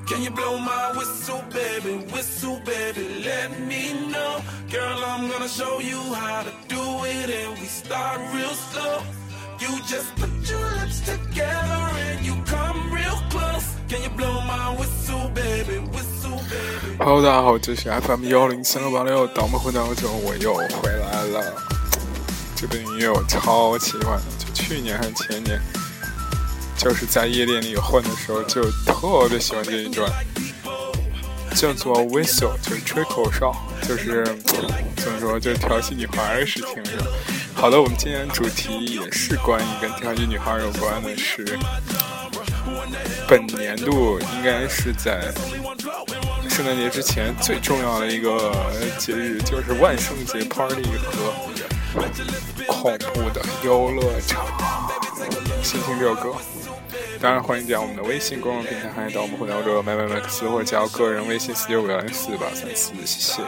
Can you blow my whistle, baby? Whistle, baby, let me know. Girl, I'm gonna show you how to do it, and we start real slow. You just put your lips together and you come real close. Can you blow my whistle, baby? Whistle, baby. Hello， 大家好，这是 FM103.86，倒霉混到中，我又回来了。这个音乐我超喜欢的，就去年还是前年。就是在夜店里混的时候就特别喜欢这一段，叫做 whistle， 就是吹口哨，就是怎么说，就是调戏女孩的事情是吧？好的，我们今天主题也是关于跟调戏女孩有关的，是本年度应该是在圣诞节之前最重要的一个节日，就是万圣节 party 和恐怖的游乐场。心情这首歌当然欢迎加我们的微信公众平台，还有到我们互联网者MyMax，或者加我个人微信49514834，谢谢。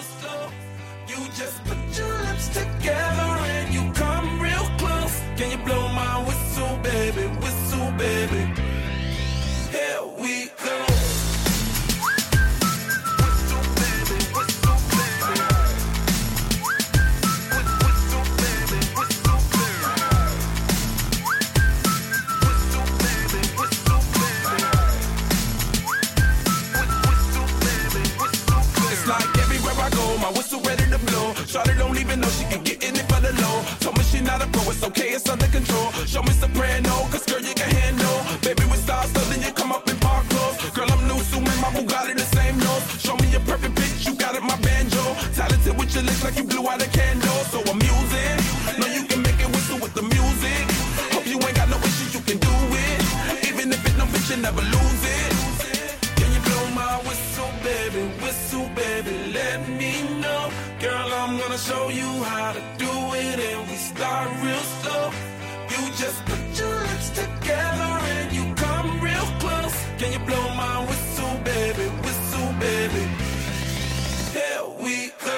Shawty don't even know she can get in it for the low. Told me she not a pro, it's okay, it's under control. Show me soprano, cause girl you can handle. Baby with stars, so then you come up in park clothes. Girl I'm new, so my Bugatti the same nose. Show me a perfect pitch, you got it, my banjo. Talented with your lips like you blew out a candle. So I'm using, know you can make it whistle with the music. Hope you ain't got no issues, you can do it. Even if it no bitch, you never lose it. Can you blow my whistle, baby? Whistle, baby, let me know. Girl, I'm gonna show you how to do it, and we start real slow. You just put your lips together and you come real close. Can you blow my whistle, baby? Whistle, baby. Here we go.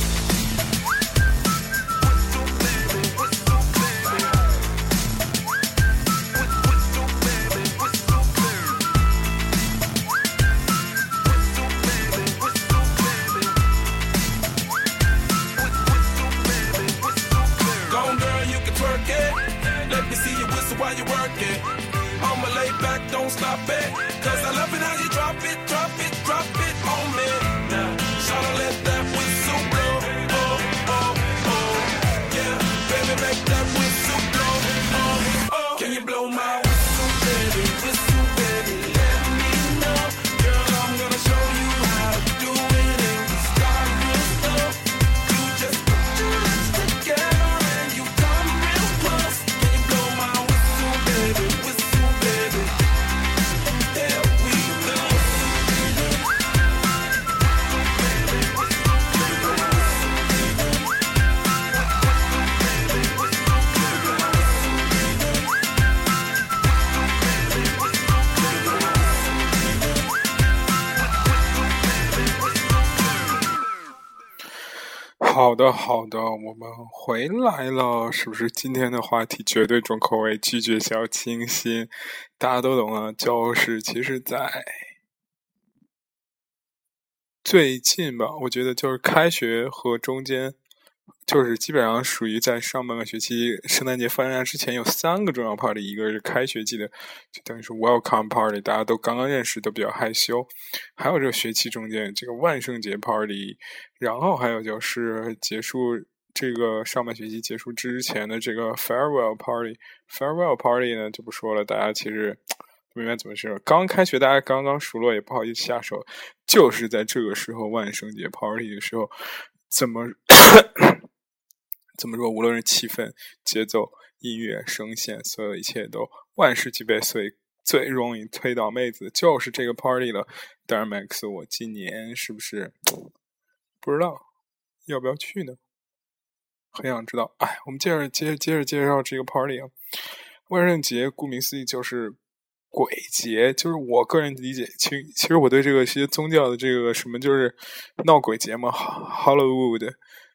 While you work it, I'ma lay back, don't stop it. Cause I love it how you drop it, drop it, drop it on me. Now, shout let that whistle blow. Oh, oh, oh. Yeah, baby, make that whistle blow. Oh, oh. Can you blow my whistle, baby? Whistle, baby, let me know. Girl, I'm gonna show you how to do it, and we start real slow. You just put your lips together and you come real close. Can you blow my whistle, baby, whistle, baby? There we go. 好的，好的，我们回来了，是不是？今天的话题绝对重口味，拒绝小清新，大家都懂了。就是其实在最近吧，我觉得就是开学和中间，就是基本上属于在上半个学期圣诞节放假之前有3个重要 party， 一个是开学季的，就等于是 welcome party， 大家都刚刚认识，都比较害羞，还有这个学期中间这个万圣节 party， 然后还有就是结束这个上半学期结束之前的这个 farewell party。farewell party 呢就不说了，大家其实不明白怎么说，刚开学大家刚刚熟络，也不好意思下手，就是在这个时候万圣节 party 的时候，怎么说，无论是气氛、节奏、音乐、声线，所有一切都万事俱备，所以最容易推倒妹子就是这个 party 了。当然 Max 我今年是不是不知道要不要去呢，很想知道。我们接着介绍这个 party 啊。万圣节顾名思义就是鬼节，就是我个人理解，其实我对这个些宗教的这个什么就是闹鬼节嘛 ，Halloween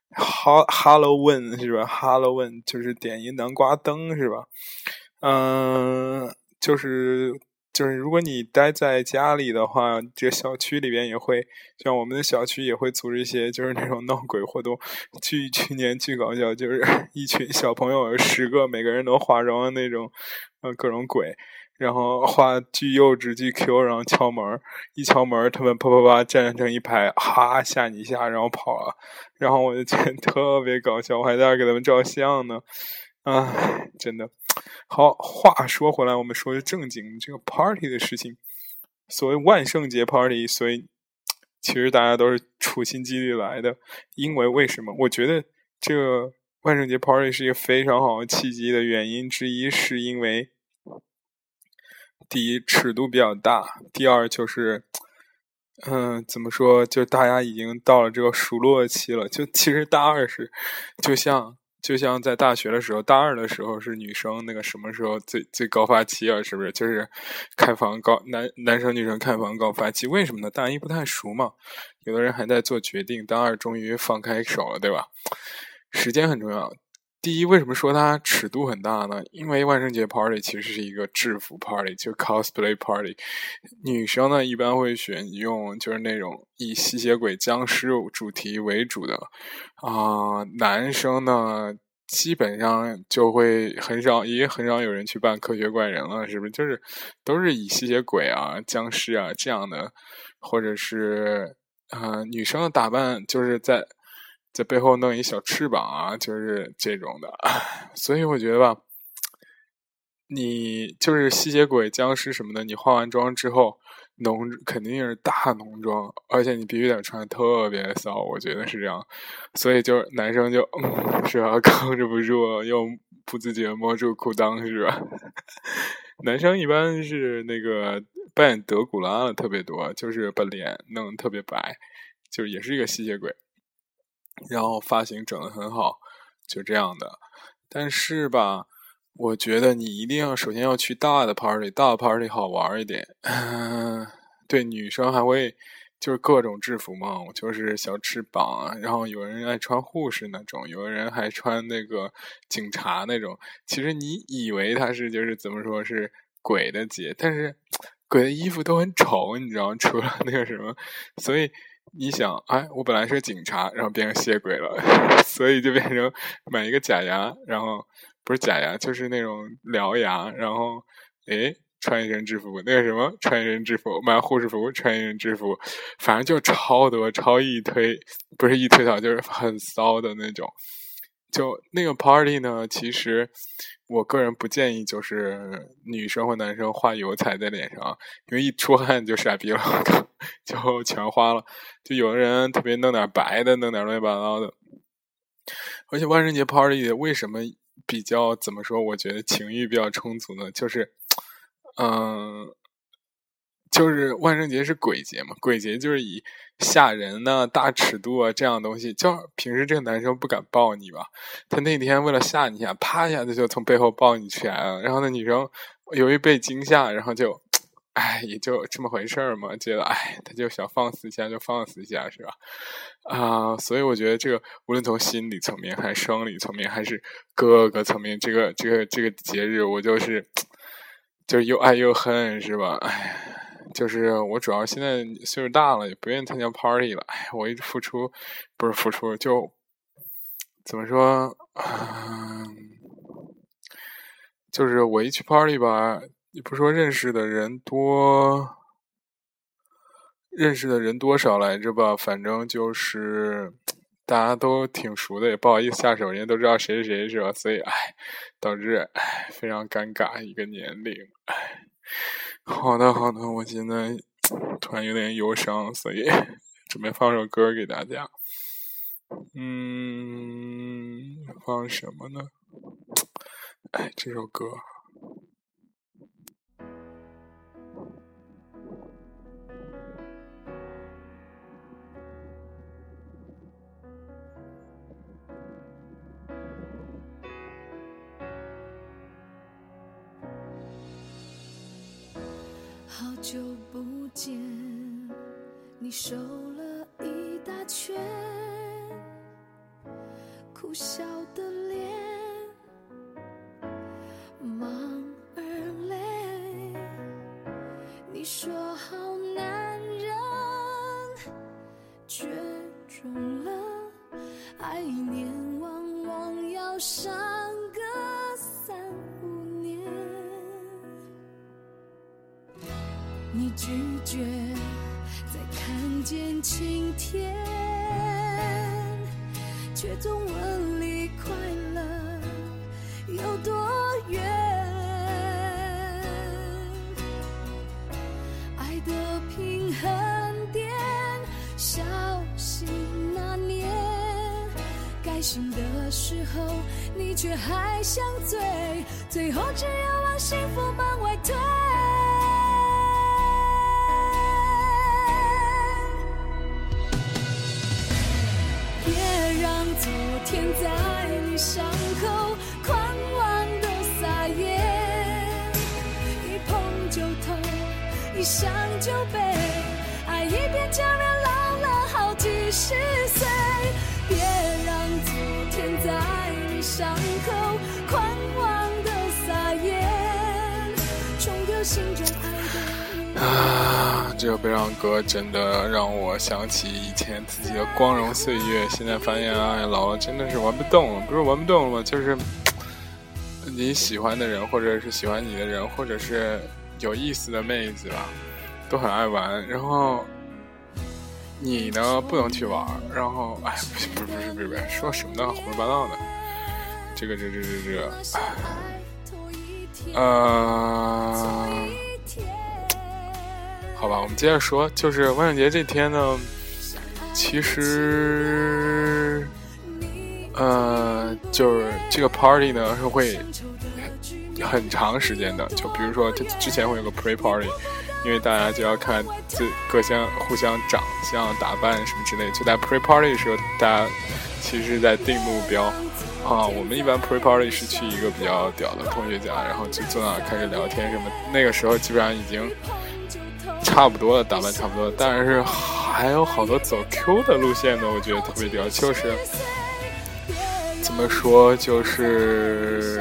是吧 ？Halloween 就是点一南瓜灯是吧？就是就是如果你待在家里的话，这小区里边也会，像我们的小区也会组织一些就是那种闹鬼活动。去年巨搞笑，就是一群小朋友10个，每个人都化妆的那种，各种鬼。然后画巨幼稚巨 Q， 然后敲门，一敲门他们啪啪啪站成一排，哈吓你一下，然后跑了。然后我就觉得特别搞笑，我还在那给他们照相呢。真的。好，话说回来，我们说的正经这个 party 的事情。所谓万圣节 party， 所以其实大家都是处心积虑来的。因为什么？我觉得这个万圣节 party 是一个非常好的契机的原因之一，是因为第一尺度比较大，第二就是怎么说，就大家已经到了这个熟络期了。就其实大二是就像在大学的时候，大二的时候是女生那个什么时候最高发期啊，是不是？就是看房男生女生看房高发期。为什么呢？大一不太熟嘛，有的人还在做决定，大二终于放开手了，对吧？时间很重要。第一，为什么说它尺度很大呢？因为万圣节 party 其实是一个制服 party， 就 cosplay party。女生呢一般会选用就是那种以吸血鬼僵尸主题为主的男生呢基本上就会很少有人去扮科学怪人了，是不是？就是都是以吸血鬼啊僵尸啊这样的，或者是女生的打扮就是在背后弄一小翅膀啊，就是这种的。所以我觉得吧，你就是吸血鬼僵尸什么的，你化完妆之后肯定是大浓妆，而且你必须得穿得特别骚，我觉得是这样。所以就是男生是吧，控制不住又不自觉摸住裤裆，是吧？男生一般是那个扮演德古拉的特别多，就是把脸弄得特别白，就是也是一个吸血鬼，然后发型整得很好，就这样的。但是吧，我觉得你一定要首先要去大的 party， 大的 party 好玩一点。对，女生还会就是各种制服嘛，就是小翅膀，然后有人爱穿护士那种，有的人还穿那个警察那种。其实你以为他是就是怎么说是鬼的节，但是鬼的衣服都很丑，你知道，除了那个什么，所以你想，我本来是警察，然后变成吸血鬼了，所以就变成买一个假牙，然后不是假牙，就是那种獠牙，然后穿一身制服，那个什么穿一身制服，买护士服穿一身制服，反正就超多不是一推倒，就是很骚的那种。就那个 party 呢，其实我个人不建议就是女生或男生画油彩在脸上，因为一出汗就傻逼了，就全花了。就有的人特别弄点白的，弄点乱七八糟的。而且万圣节 party 为什么比较怎么说？我觉得情欲比较充足呢？就是万圣节是鬼节嘛，鬼节就是以吓人呐、大尺度啊这样的东西，就平时这个男生不敢抱你吧，他那天为了吓你一下，啪一下子就从背后抱你起来了，然后那女生由于被惊吓，然后就也就这么回事儿嘛，觉得他就想放肆一下就放肆一下，是吧？所以我觉得这个无论从心理层面还是生理层面还是各个层面，这个节日我就是又爱又恨，是吧？就是我主要现在岁数大了，也不愿意参加 party 了。我一直不是付出，就怎么说？就是我一去 party 吧，也不说认识的人多少来着吧，反正就是大家都挺熟的，也不好意思下手，人家都知道谁是谁，是吧？所以导致非常尴尬一个年龄。好的，我现在突然有点忧伤，所以准备放首歌给大家。放什么呢？这首歌。 好久不见，你瘦了一大圈，苦笑的脸，忙而累， 要相隔3-5年，你拒绝再看见晴天，却总问离快乐有多远。爱的平衡点，小心那年，该醒的时候你却还想醉，最后只有往幸福门外推。别让昨天在你伤口狂妄的撒野，一碰就痛，一想就悲，爱一遍叫人老了好几十岁。别让昨天在你伤口狂妄的撒野，冲丢心中爱的这个悲伤歌真的让我想起以前自己的光荣岁月，现在发现老了真的是玩不动了，不是玩不动了，就是你喜欢的人，或者是喜欢你的人，或者是有意思的妹子吧，都很爱玩，然后你呢不能去玩，然后不是说什么呢，胡说八道的，好吧，我们接着说，就是万圣节这天呢，其实就是这个 party 呢是会很长时间的，就比如说它之前会有个 pre party， 因为大家就要看互相长相打扮什么之类，就在 pre party 的时候大家其实在定目标我们一般 pre party 是去一个比较屌的同学家，然后就坐那开始聊天什么，那个时候基本上已经差不多了，打扮差不多了，但是还有好多走 Q 的路线的，我觉得特别屌，就是怎么说，就是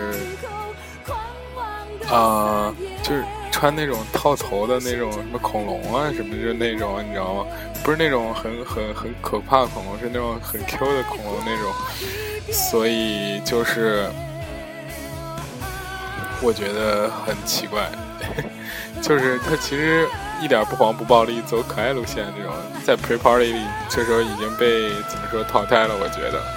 就是穿那种套头的那种什么恐龙啊什么的那种，你知道吗？不是那种很可怕的恐龙，是那种很 Q 的恐龙那种，所以就是我觉得很奇怪，就是它其实一点不黄不暴力，走可爱路线这种，在 pre party 里这时候已经被怎么说淘汰了，我觉得。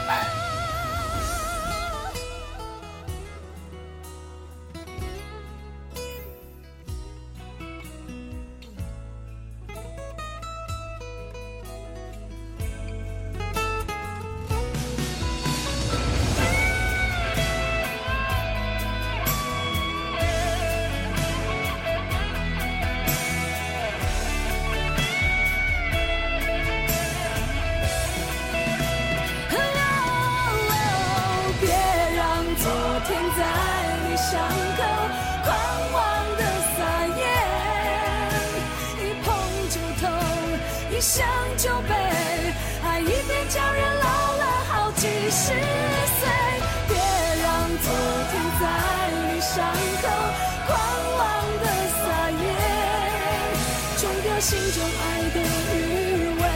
一想就悲，爱一遍叫人老了好几十岁。别让昨天在你伤口狂妄的撒野，冲掉心中爱的余味。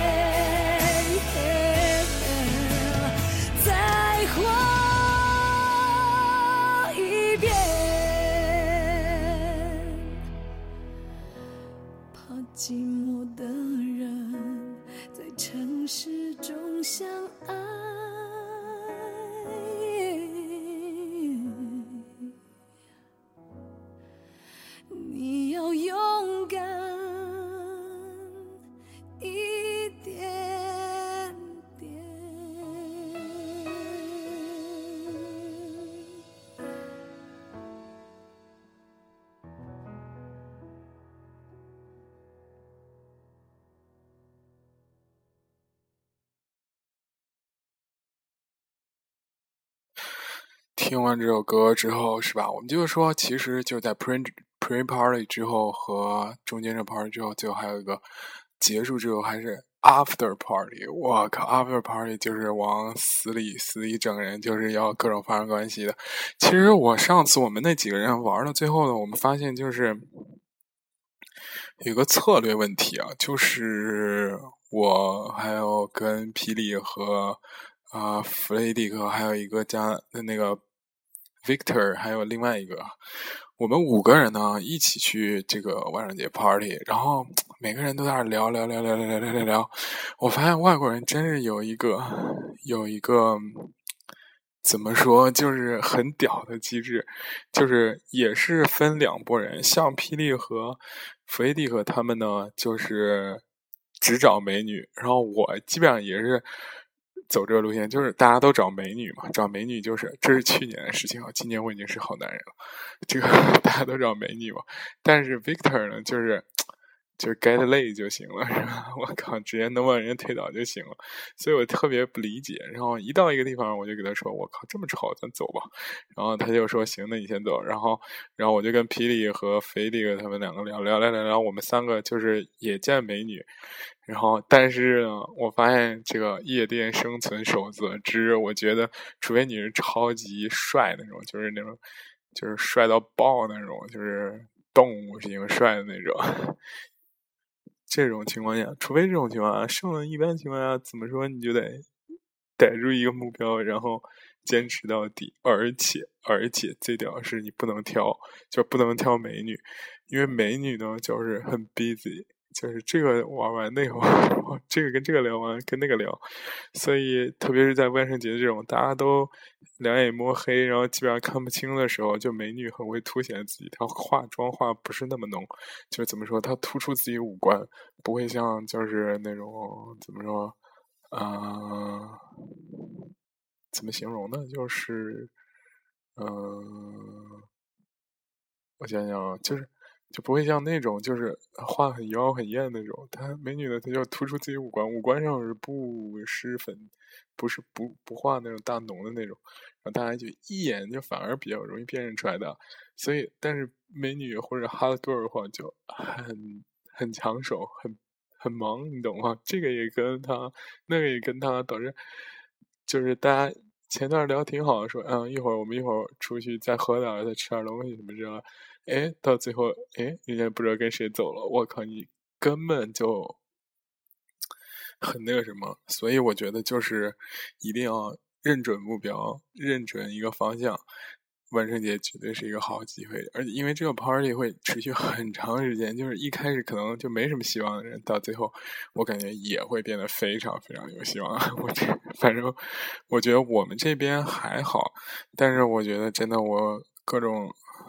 再活一遍，怕寂寞的人在城市中相爱，你要勇敢一点点。 听完这首歌之后是吧，我们就是说其实就在 pre party 之后和中间这 party 之后，最后还有一个结束之后还是 after party。我靠， after party 就是往死里整人，就是要各种发生关系的。其实上次我们那几个人玩到最后呢，我们发现就是有个策略问题啊，就是我还有跟霹雳和弗雷迪克，还有一个加那个 Victor， 还有另外一个，我们5个人呢一起去这个万圣节 party， 然后每个人都在那聊，我发现外国人真是有一个怎么说，就是很屌的机制，就是也是分2拨人，像霹雳和弗雷迪克他们呢，就是只找美女，然后我基本上也是走这个路线，就是大家都找美女嘛，找美女就是这是去年的事情啊，今年我已经是好男人了，这个大家都找美女嘛，但是 Victor 呢，就是 get 累就行了，是吧？我靠，直接能把人推倒就行了，所以我特别不理解。然后一到一个地方，我就给他说：“我靠，这么吵，咱走吧。”然后他就说：“行，那你先走。”然后我就跟霹雳和菲利克他们2个聊，我们3个就是也见美女。然后，但是呢，我发现这个夜店生存守则之，我觉得除非你是超级帅那种，就是那种就是帅到爆那种，就是动物型帅的那种。这种情况下，除非这种情况下，剩的一般情况下，怎么说你就得逮住一个目标，然后坚持到底。而且最屌的是你不能挑，就不能挑美女，因为美女呢就是很 busy， 就是这个玩完那个玩，这个跟这个聊完跟那个聊，所以特别是在万圣节这种大家都两眼摸黑，然后基本上看不清的时候，就美女很会凸显自己，她化妆化不是那么浓，就怎么说，她突出自己五官，不会像就是那种怎么说，怎么形容呢？就是我想想，就不会像那种就是画很妖很艳那种，她美女呢，她就突出自己五官上是不施粉，不是不画那种大浓的那种，然后大家就一眼就反而比较容易辨认出来的。所以，但是美女或者 hot girl 的话就很抢手，很忙，你懂吗？这个也跟他，那个也跟他，导致就是大家前段聊挺好的，说我们一会儿出去再喝点，再吃点东西什么之类的。哎，到最后，人家不知道跟谁走了，我靠，你根本就很那个什么，所以我觉得就是一定要认准目标，认准一个方向。万圣节绝对是一个好机会，而且因为这个 party 会持续很长时间，就是一开始可能就没什么希望的人，到最后我感觉也会变得非常非常有希望。反正我觉得我们这边还好，但是我觉得真的我各种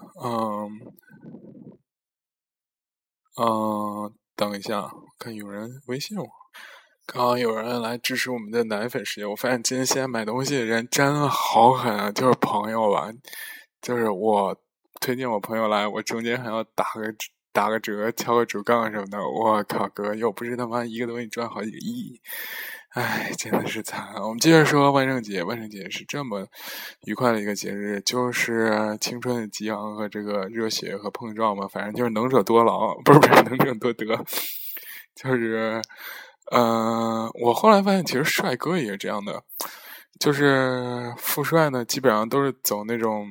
等一下，看有人微信我。刚刚有人来支持我们的奶粉事业，我发现今天现在买东西的人真的好狠啊！就是朋友吧，就是我推荐我朋友来，我中间还要打个折，敲个主杠什么的。我靠哥，又不是他妈一个东西赚好几个亿，哎，真的是惨。我们接着说万圣节，万圣节是这么愉快的一个节日，就是青春的激昂和这个热血和碰撞嘛，反正就是能者多劳，不是能者多得，就是。我后来发现其实帅哥也是这样的，就是富帅呢基本上都是走那种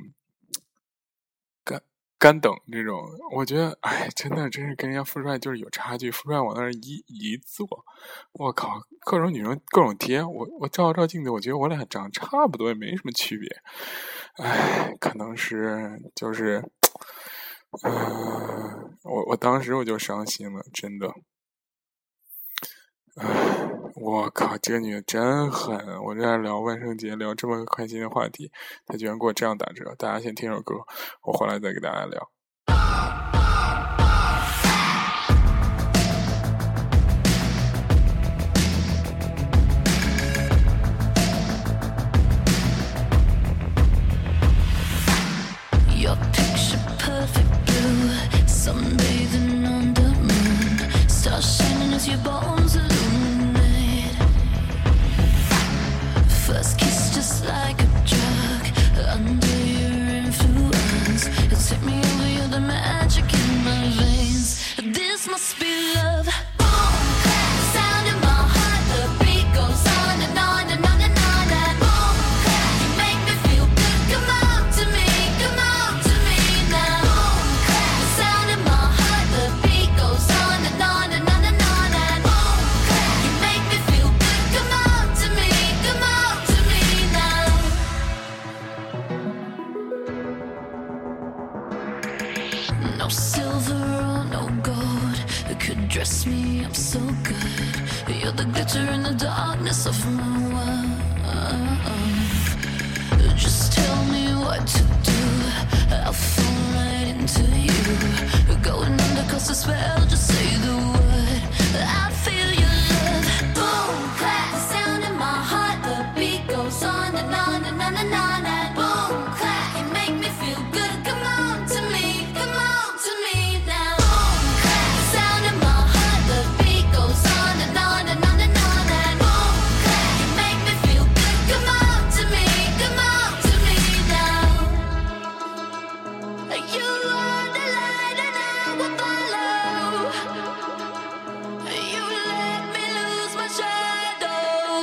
干等这种，我觉得真是跟人家富帅就是有差距。富帅往那儿一坐，我靠，各种女生各种贴，我照镜子，我觉得我俩长得差不多，也没什么区别。可能是就是我当时我就伤心了，真的。我靠，这个女的真狠！我在聊万圣节，聊这么开心的话题，她居然给我这样打折。大家先听首歌，我回来再给大家聊。 Your picture perfect blue, sunbathing on the moon, stars shining as your bones illuminate. First kiss just like a drug, under your influence, you take me over your No silver or no gold could dress me up so good. You're the glitter in the darkness of my world. Just tell me what to do, I'll fall right into you. Going under 'cause the spell, just say the word, I feel your love. Boom, clap, the sound in my heart, the beat goes on and on and on and on. And boom, clap, you make me feel good. Come on to me, come on to me now. Boom, clap, the sound in my heart, the beat goes on and on and on and on. And boom, clap, you make me feel good. Come on to me, come on to me now. You are the light and I will follow. You let me lose my shadow.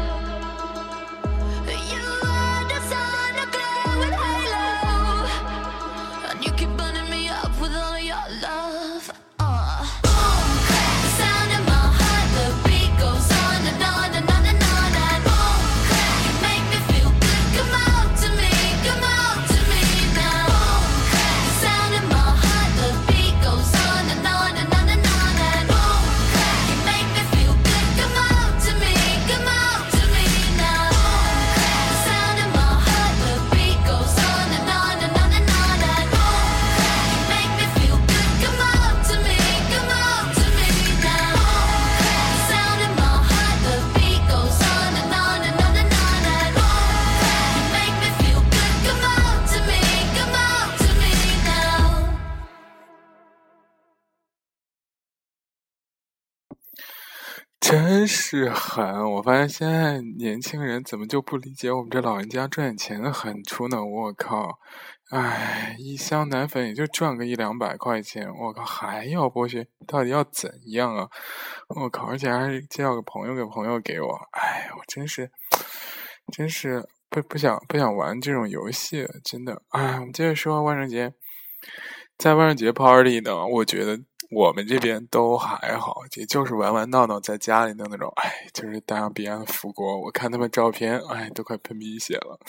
You are the sun, a glowing halo, and you keep burning me up with all your love. Boom, clap, the sound in my heart, the beat goes on and on and on and on. And boom, clap, you make me feel good. Come on to me, come on to me now. Boom, clap, the sound in my heart, the beat goes on and on and on and on. And boom, clap, you make me feel good. Come on to me, come on to me now. Boom, clap, the sound in my heart, the beat goes on and on and on and on. And boom, clap, you make me feel good. Come on to me, come on to me now. Boom, clap, the sound in my heart, the beat goes on and on and on and on. And boom, clap, you make me feel good. Come on to me, come on to me now. 真是狠！我发现现在年轻人怎么就不理解我们这老人家赚钱的狠处呢？我靠！哎，一箱奶粉也就赚个100-200块钱，我靠，还要剥削，到底要怎样啊？我靠！而且还是介绍个朋友给我，哎，我真是不想玩这种游戏了，真的。哎，我们接着说万圣节，在万圣节 party 呢，我觉得我们这边都还好，也就是玩闹闹在家里的那种，哎，就是大洋彼岸的复国。我看他们照片，哎，都快喷鼻血了。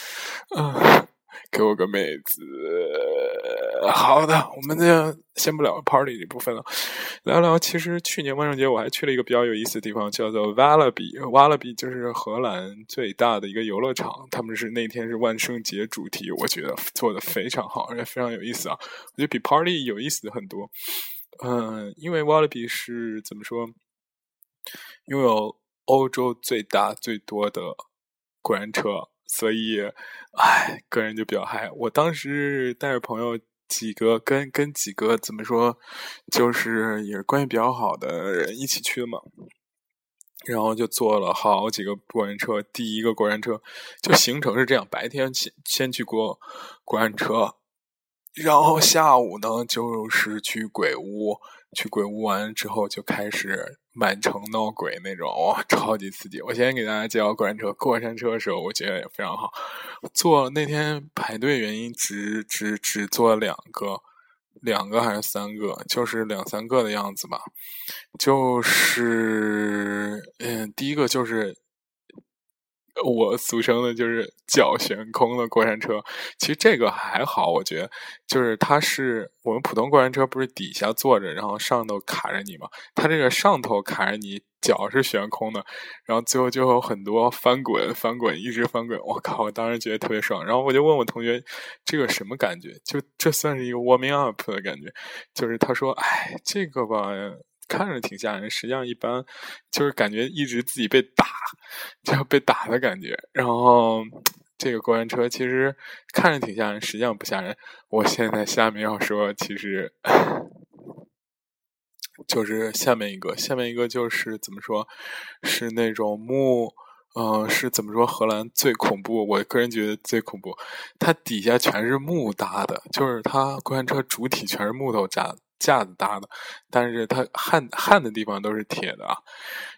给我个妹子。好的，我们先不聊 party 这部分了，聊聊其实去年万圣节我还去了一个比较有意思的地方，叫做 Walibi 就是荷兰最大的一个游乐场，他们是那天是万圣节主题，我觉得做得非常好，而且非常有意思啊，我觉得比 party 有意思的很多。因为 Walibi 是怎么说，拥有欧洲最大最多的过山车，所以个人就比较嗨。我当时带着朋友几个跟几个怎么说，就是也是关系比较好的人一起去的嘛，然后就坐了好几个过山车。第一个过山车就行程是这样，白天先去过山车，然后下午呢就是去鬼屋完之后就开始满城闹鬼那种，哇，超级刺激。我先给大家介绍过山车的时候，我觉得也非常好。坐那天排队原因只坐2个还是3个，就是2-3个的样子吧。就是第一个就是我俗称的就是脚悬空的过山车，其实这个还好，我觉得就是它是我们普通过山车不是底下坐着，然后上头卡着你嘛，它这个上头卡着你，脚是悬空的，然后最后就有很多翻滚，一直翻滚，我靠，我当时觉得特别爽。然后我就问我同学这个什么感觉，就这算是一个 warming up 的感觉，就是他说这个吧看着挺吓人，实际上一般，就是感觉一直自己被打，就要被打的感觉。然后这个过山车其实看着挺吓人，实际上不吓人。我现在下面要说，其实就是下面一个就是怎么说，是那种是怎么说？荷兰最恐怖，我个人觉得最恐怖。它底下全是木搭的，就是它过山车主体全是木头架子搭的，但是它焊的地方都是铁的啊。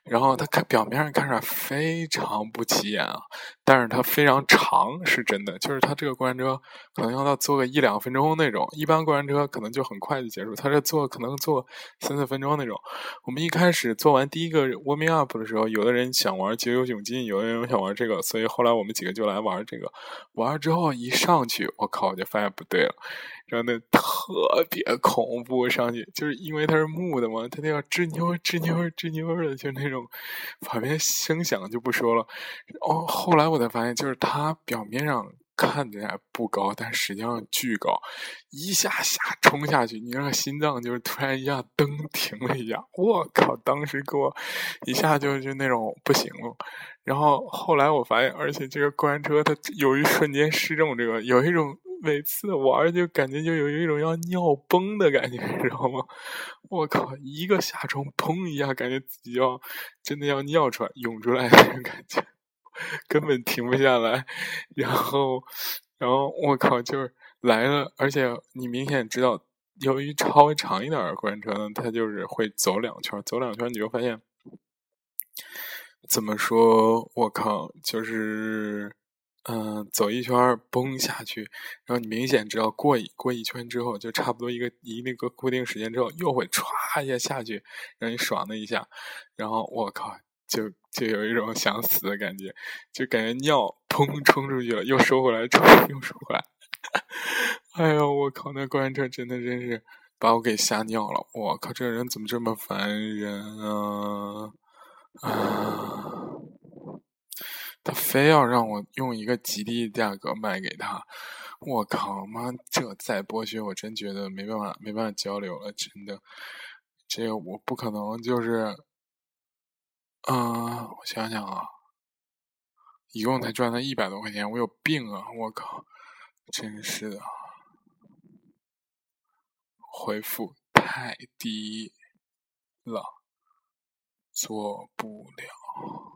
然后它表面上看着非常不起眼啊，但是它非常长，是真的。就是它这个过山车可能要到坐个1-2分钟那种，一般过山车可能就很快就结束，它这可能坐3-4分钟那种。我们一开始做完第一个 warming up 的时候，有的人想玩急流勇进，有的人想玩这个，所以后来我们几个就来玩这个。玩了之后一上去，我靠，我就发现不对了。然后那特别恐怖，上去就是因为它是木的嘛，它那要吱扭吱扭吱扭的，就那种旁边声响就不说了。后来我才发现，就是它表面上看起来不高，但实际上巨高，一下冲下去，你那个心脏就是突然一下噔停了一下，我靠！当时给我一下就那种不行了。然后后来我发现，而且这个过山车它有一瞬间失重，这个有一种每次玩就感觉就有一种要尿崩的感觉，你知道吗？我靠！一个下冲，砰一下，感觉自己真的要尿出来、涌出来的那种感觉，根本停不下来。然后我靠，就是来了，而且你明显知道，由于稍微长一点的过山车呢，它就是会走2圈，走2圈你就发现。怎么说？我靠，就是走一圈崩下去，然后你明显知道过一圈之后，就差不多那个固定时间之后，又会歘一下下去，让你爽的一下，然后我靠，就有一种想死的感觉，就感觉尿砰冲出去了，又收回来，又收回来。哎呦，我靠，那过山车真是把我给吓尿了！我靠，这个人怎么这么烦人啊！他非要让我用一个极低价格卖给他，我靠妈！这再剥削，我真觉得没办法交流了，真的。这个我不可能就是，我想想啊，一共才赚了100多块钱，我有病啊！我靠，真是的，回复太低了，做不了。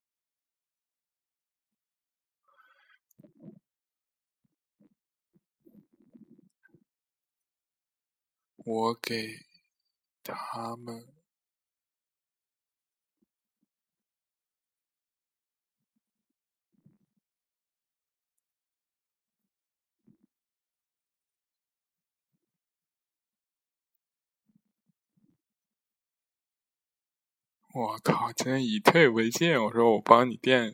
我给他们我靠，真以退为进！我说我帮你垫。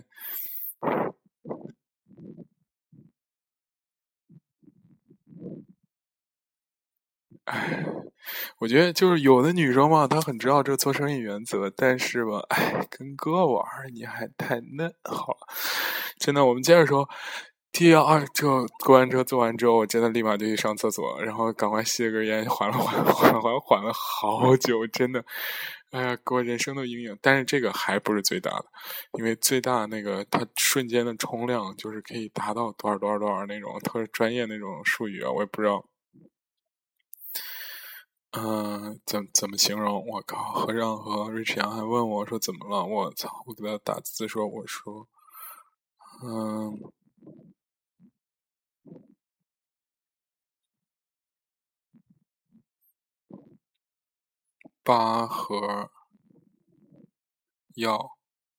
哎，我觉得就是有的女生嘛，她很知道这做生意原则，但是吧，跟哥玩你还太嫩好了。真的，我们接着说。这过山车做完之后，我真的立马就去上厕所，然后赶快吸了根烟，缓了好久，真的，哎呀，给我人生的阴影。但是这个还不是最大的，因为最大的那个它瞬间的冲量就是可以达到多少那种特别专业那种术语啊，我也不知道。怎么形容？我靠！和尚和瑞奇阳还问我说怎么了？我操！我给他打字说，我说，8盒药。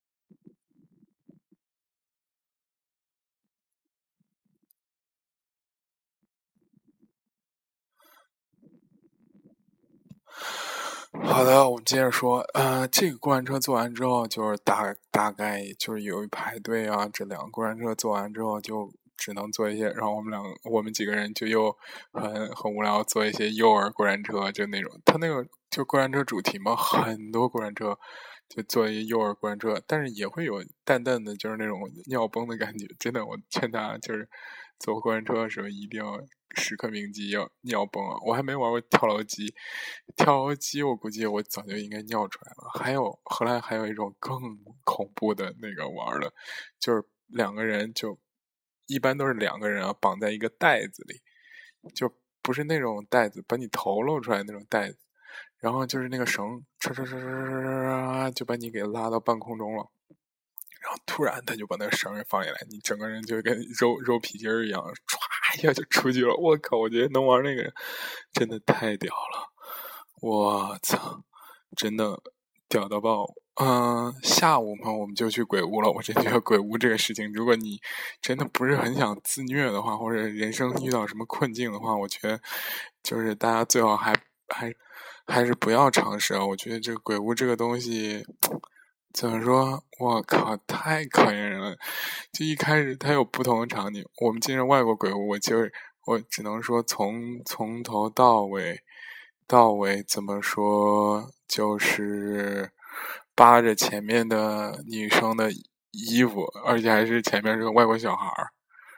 好的，我们接着说。这个过山车做完之后，就是大概就是有一排队啊。这2个过山车做完之后，就只能做一些。然后我们几个人就又很无聊，做一些幼儿过山车，就那种。他那个就过山车主题嘛，很多过山车就做一些幼儿过山车，但是也会有淡淡的就是那种尿崩的感觉。真的，我劝他就是坐过山车的时候一定要时刻铭记要尿崩啊！我还没玩过跳楼机，我估计我早就应该尿出来了。后来还有一种更恐怖的那个玩的，就是2个人一般都是2个人啊，绑在一个袋子里，就不是那种袋子把你头露出来那种袋子，然后就是那个绳就把你给拉到半空中了。然后突然他就把那个绳给放下来，你整个人就跟肉皮筋一样，歘一下就出去了。我靠！我觉得能玩那个人真的太屌了，我操！真的屌到爆。下午嘛，我们就去鬼屋了。我真觉得鬼屋这个事情，如果你真的不是很想自虐的话，或者人生遇到什么困境的话，我觉得就是大家最好还是不要尝试啊。我觉得这个鬼屋这个东西，怎么说？我靠，太考验人了。就一开始它有不同的场景，我们进入外国鬼屋，我只能说从头到尾怎么说，就是扒着前面的女生的衣服，而且还是前面是个外国小孩儿，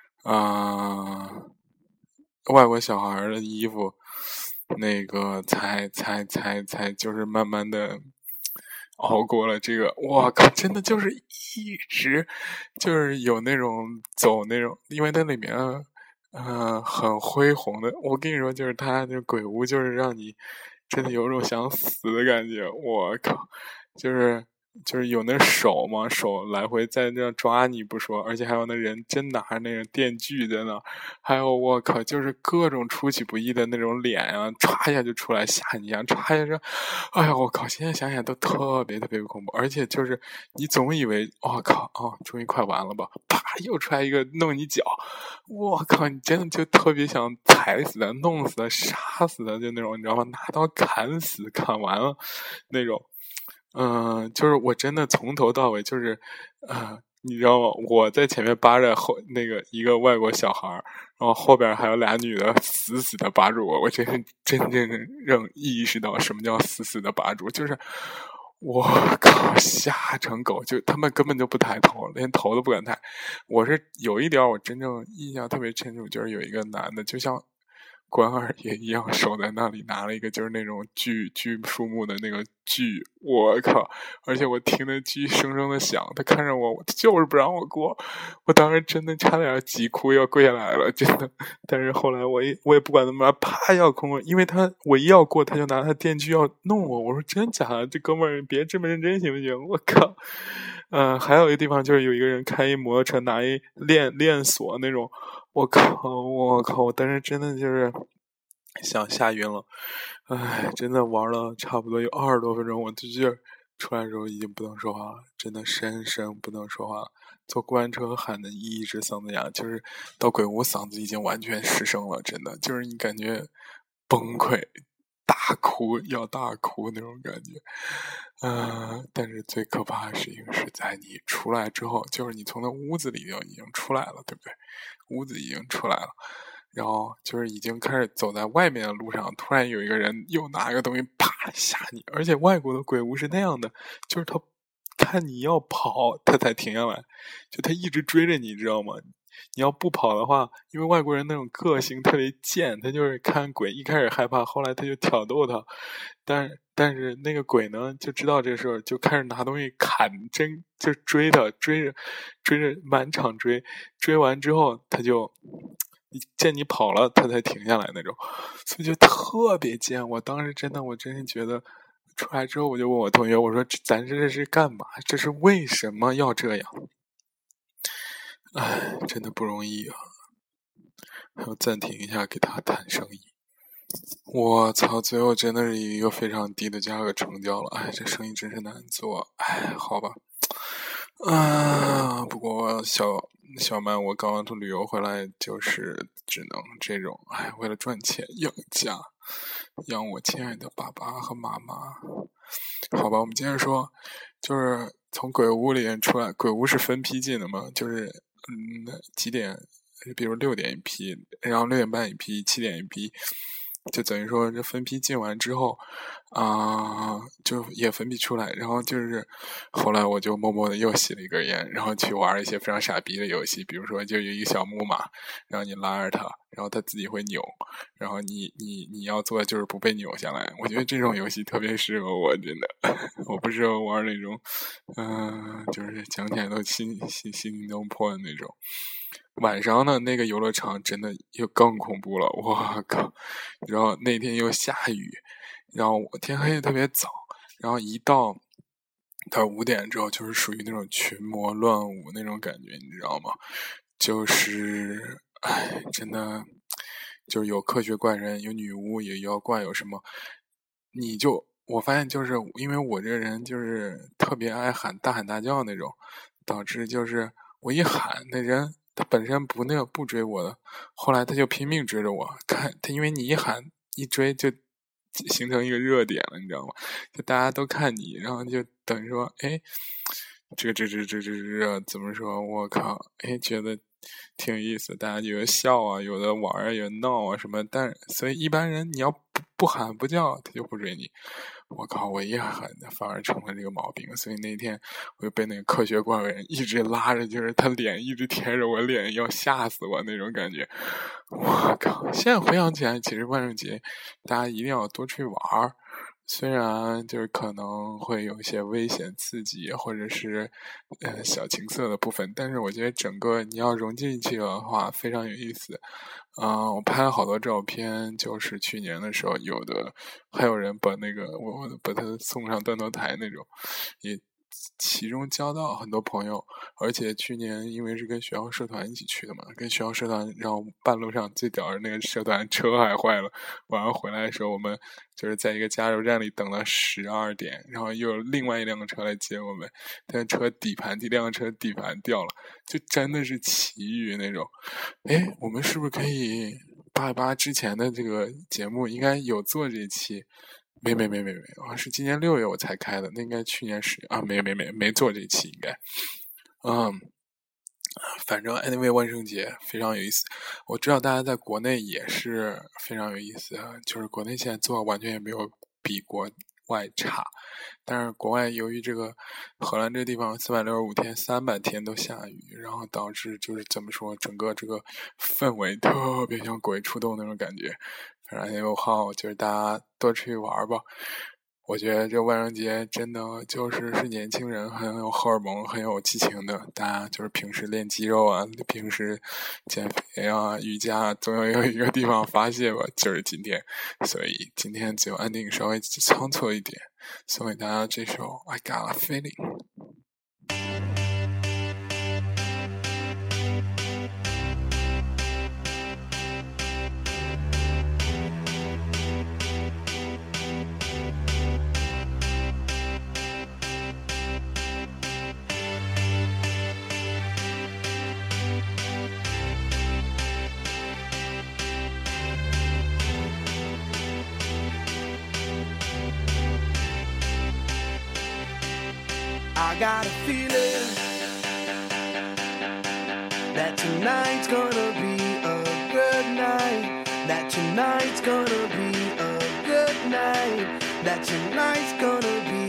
外国小孩儿的衣服，那个才就是慢慢的熬过了这个。我靠，真的就是一直就是有那种走那种，因为它里面很恢宏的。我跟你说，就是它那鬼屋，就是让你真的有种想死的感觉。我靠，就是有那手嘛，手来回在那抓你不说，而且还有那人真拿着那种电锯在那，还有我靠，就是各种出其不意的那种脸啊，歘一下就出来吓你一样，歘一下就，哎呀我靠，现在想想都特别恐怖，而且就是你总以为我靠终于快完了吧，啪又出来一个弄你脚，我靠，你真的就特别想踩死他、弄死他、杀死他，就那种你知道吗？拿刀砍死、砍完了那种。就是我真的从头到尾就是，你知道吗？我在前面扒着那个一个外国小孩，然后后边还有俩女的死的扒住我，我真正意识到什么叫死的扒住，就是我靠，吓成狗，就他们根本就不抬头，连头都不敢抬。我是有一点我真正印象特别清楚，就是有一个男的，就像关二爷一样，守在那里拿了一个就是那种锯树木的那个锯，我靠！而且我听那锯声的响，他看着我就是不让我过，我当时真的差点急哭要跪下来了，真的。但是后来我也不管怎么，啪要空了，因为我一要过，他就拿他电锯要弄我，我说真假的，这哥们儿别这么认真行不行？我靠！还有一个地方就是有一个人开一摩托车，拿一链锁那种。我靠！我当时真的就是想吓晕了，真的玩了差不多有20多分钟，我就是出来的时候已经不能说话了，真的深不能说话了。坐过山车喊的一直嗓子哑，就是到鬼屋嗓子已经完全失声了，真的就是你感觉崩溃。要大哭那种感觉，但是最可怕的事情是在你出来之后，就是你从那屋子里就已经出来了，对不对？屋子已经出来了，然后就是已经开始走在外面的路上，突然有一个人又拿一个东西啪吓你，而且外国的鬼屋是那样的，就是他看你要跑，他才停下来，就他一直追着你，知道吗？你要不跑的话，因为外国人那种个性特别贱，他就是看鬼一开始害怕，后来他就挑逗他，但是那个鬼呢就知道这事儿，就开始拿东西砍针，就追他，追着满场追完之后他就见你跑了，他才停下来那种，所以就特别贱。我当时我真是觉得出来之后，我就问我同学，我说咱这是干嘛？这是为什么要这样？真的不容易啊！还要暂停一下给他谈生意。我操，最后真的是以一个非常低的价格成交了。这生意真是难做。好吧。不过小曼，我刚刚从旅游回来，就是只能这种，为了赚钱养家，养我亲爱的爸爸和妈妈。好吧，我们接着说，就是从鬼屋里面出来，鬼屋是分批进的嘛，就是几点，比如6点一批，然后6点半一批，7点一批，就等于说这分批进完之后就也分批出来，然后就是后来我就默默的又吸了一根烟，然后去玩一些非常傻逼的游戏，比如说就有一个小木马，然后你拉着它，然后它自己会扭，然后你要做的就是不被扭下来。我觉得这种游戏特别适合我，真的我不适合玩那种就是讲起来都心动破的那种。晚上呢，那个游乐场真的又更恐怖了，我靠！然后那天又下雨，然后我天黑的特别早，然后一到5点之后，就是属于那种群魔乱舞那种感觉，你知道吗？就是真的就是有科学怪人，有女巫，有妖怪，有什么， 我发现就是因为我这个人就是特别爱大喊大叫那种，导致就是我一喊那人他本身不追我的，后来他就拼命追着我，看他，因为你一喊一追就形成一个热点了，你知道吗？就大家都看你，然后就等于说，哎，这怎么说？我靠，哎，觉得挺有意思，大家有的笑啊，有的玩啊，有的闹啊什么，所以一般人你要不喊不叫，他就不追你。我靠，我一喊反而成了这个毛病，所以那天我就被那个科学怪人一直拉着，就是他脸一直贴着我脸，要吓死我那种感觉。我靠，现在回想起来，其实万圣节大家一定要多出去玩儿。虽然就是可能会有一些危险刺激或者是小情色的部分，但是我觉得整个你要融进去的话非常有意思。我拍了好多照片，就是去年的时候有的还有人把我把他送上断头台那种，也其中交到很多朋友。而且去年因为是跟学校社团一起去的嘛，跟学校社团，然后半路上最屌的那个社团车还坏了，晚上回来的时候我们就是在一个加油站里等了12点，然后又有另外一辆车来接我们，但第一辆车底盘掉了，就真的是奇遇那种。哎，我们是不是可以88之前的这个节目应该有做这一期？没，是今年6月我才开的，那应该去年没做这期应该。反正 anyway 万圣节非常有意思，我知道大家在国内也是非常有意思，就是国内现在做完全也没有比国外差，但是国外由于这个荷兰这个地方365天300天都下雨，然后导致就是怎么说，整个这个氛围特别像鬼出动那种感觉。反正6号就是大家多出去玩吧。我觉得这万圣节真的就是年轻人很有荷尔蒙很有激情的，大家就是平时练肌肉啊，平时减肥啊，瑜伽总有一个地方发泄吧，就是今天。所以今天只有安定稍微仓促一点，送给大家这首 I Got a feeling。I got a feeling that tonight's gonna be a good night. That tonight's gonna be a good night. That tonight's gonna be